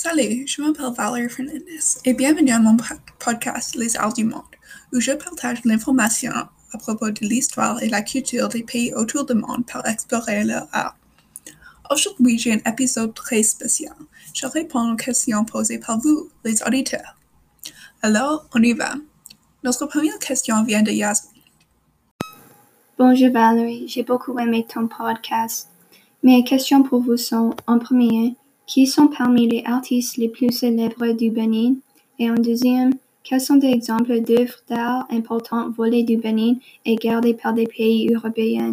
Salut, je m'appelle Valérie Fernandez et bienvenue à mon podcast Les Arts du Monde, où je partage l'information à propos de l'histoire et la culture des pays autour du monde pour explorer leur art. Aujourd'hui, j'ai un épisode très spécial. Je réponds aux questions posées par vous, les auditeurs. Alors, on y va. Notre première question vient de Yasmin. Bonjour Valérie, j'ai beaucoup aimé ton podcast. Mes questions pour vous sont, en premier, qui sont parmi les artistes les plus célèbres du Bénin? Et en deuxième, quels sont des exemples d'œuvres d'art importantes volées du Bénin et gardées par des pays européens?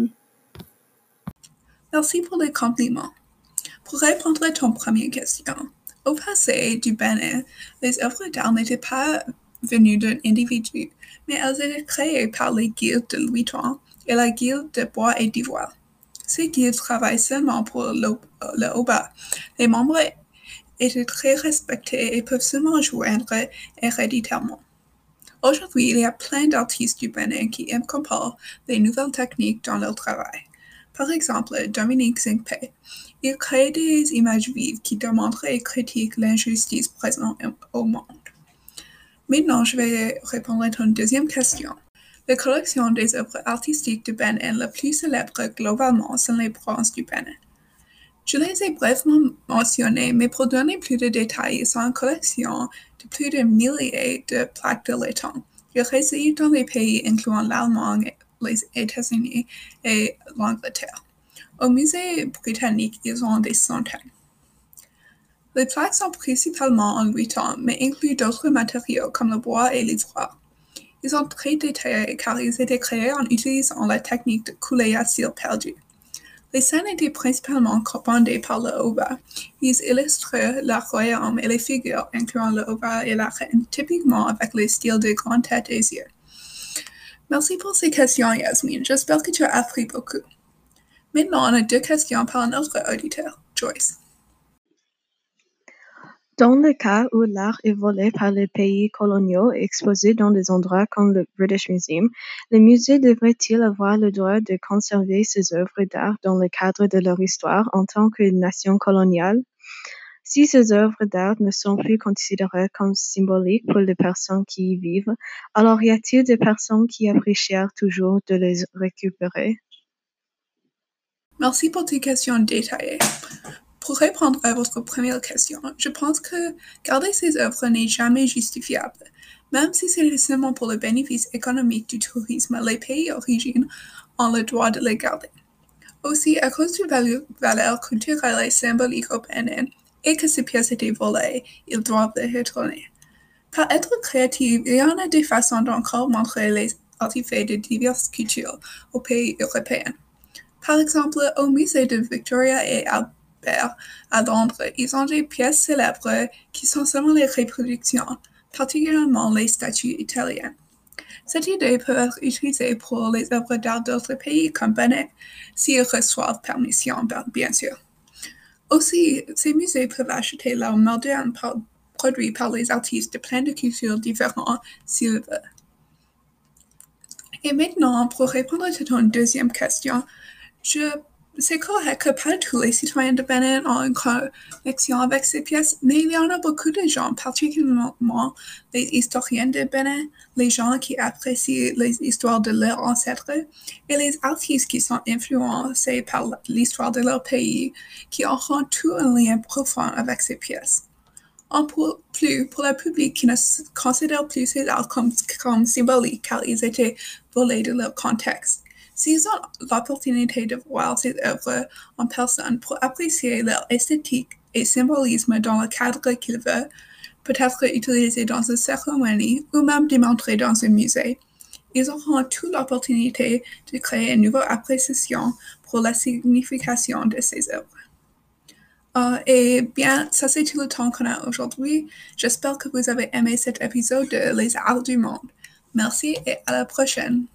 Merci pour les compliments. Pour répondre à ton première question, au passé du Bénin, les œuvres d'art n'étaient pas venues d'un individu, mais elles étaient créées par les guildes de Louis XIII et la guilde de bois et d'ivoire. Ces guildes travaillent seulement pour le haut bas. Les membres étaient très respectés et peuvent seulement joindre héréditairement. Aujourd'hui, il y a plein d'artistes du Bénin qui incorporent les nouvelles techniques dans leur travail. Par exemple, Dominique Zinpé. Il crée des images vives qui démontrent et critiquent l'injustice présente au monde. Maintenant, je vais répondre à ton deuxième question. La collection des œuvres artistiques du Bénin la plus célèbre globalement sont les bronzes du Bénin. Je les ai brièvement mentionnés, mais pour donner plus de détails, ils sont une collection de plus de milliers de plaques de laiton. Ils résident dans les pays incluant l'Allemagne, les États-Unis et l'Angleterre. Au musée britannique, ils ont des centaines. Les plaques sont principalement en laiton, mais incluent d'autres matériaux comme le bois et l'ivoire. Ils sont très détaillés car ils étaient créés en utilisant la technique de coulée à cire perdu. Les scènes étaient principalement commandées par le haut-bas. Ils illustrent le royaume et les figures, incluant le haut-bas et la reine, typiquement avec les styles de grande tête et yeux. Merci pour ces questions, Yasmine. J'espère que tu as appris beaucoup. Maintenant, on a deux questions par un autre auditeur, Joyce. Dans le cas où l'art est volé par les pays coloniaux et exposé dans des endroits comme le British Museum, les musées devraient-ils avoir le droit de conserver ces œuvres d'art dans le cadre de leur histoire en tant que nation coloniale? Si ces œuvres d'art ne sont plus considérées comme symboliques pour les personnes qui y vivent, alors y a-t-il des personnes qui apprécièrent toujours de les récupérer? Merci pour tes questions détaillées. Pour répondre à votre première question, je pense que garder ces œuvres n'est jamais justifiable. Même si c'est seulement pour le bénéfice économique du tourisme, les pays d'origine ont le droit de les garder. Aussi, à cause du valeur culturelle et symbolique au Bénin, et que ces pièces étaient volées, ils doivent les retourner. Pour être créatif, il y en a des façons d'encore montrer les artefacts de diverses cultures aux pays européens. Par exemple, au musée de Victoria et Albert à Londres, ils ont des pièces célèbres qui sont seulement les reproductions, particulièrement les statues italiennes. Cette idée peut être utilisée pour les œuvres d'art d'autres pays comme Bénin, s'ils reçoivent permission, bien sûr. Aussi, ces musées peuvent acheter l'art moderne produit par les artistes de plein de cultures différentes s'ils veulent. Et maintenant, pour répondre à ton deuxième question, c'est correct que pas tous les citoyens de Bénin ont une connexion avec ces pièces, mais il y en a beaucoup de gens, particulièrement les historiens de Bénin, les gens qui apprécient les histoires de leurs ancêtres, et les artistes qui sont influencés par l'histoire de leur pays, qui auront tout un lien profond avec ces pièces. Pour le public qui ne considère plus ces arts comme symboliques car ils étaient volés de leur contexte. S'ils ont l'opportunité de voir ces œuvres en personne pour apprécier leur esthétique et symbolisme dans le cadre qu'ils veulent, peut-être utiliser dans une cérémonie ou même démontrer dans un musée, ils auront toute l'opportunité de créer une nouvelle appréciation pour la signification de ces œuvres. Et bien, ça c'est tout le temps qu'on a aujourd'hui. J'espère que vous avez aimé cet épisode de Les Arts du Monde. Merci et à la prochaine.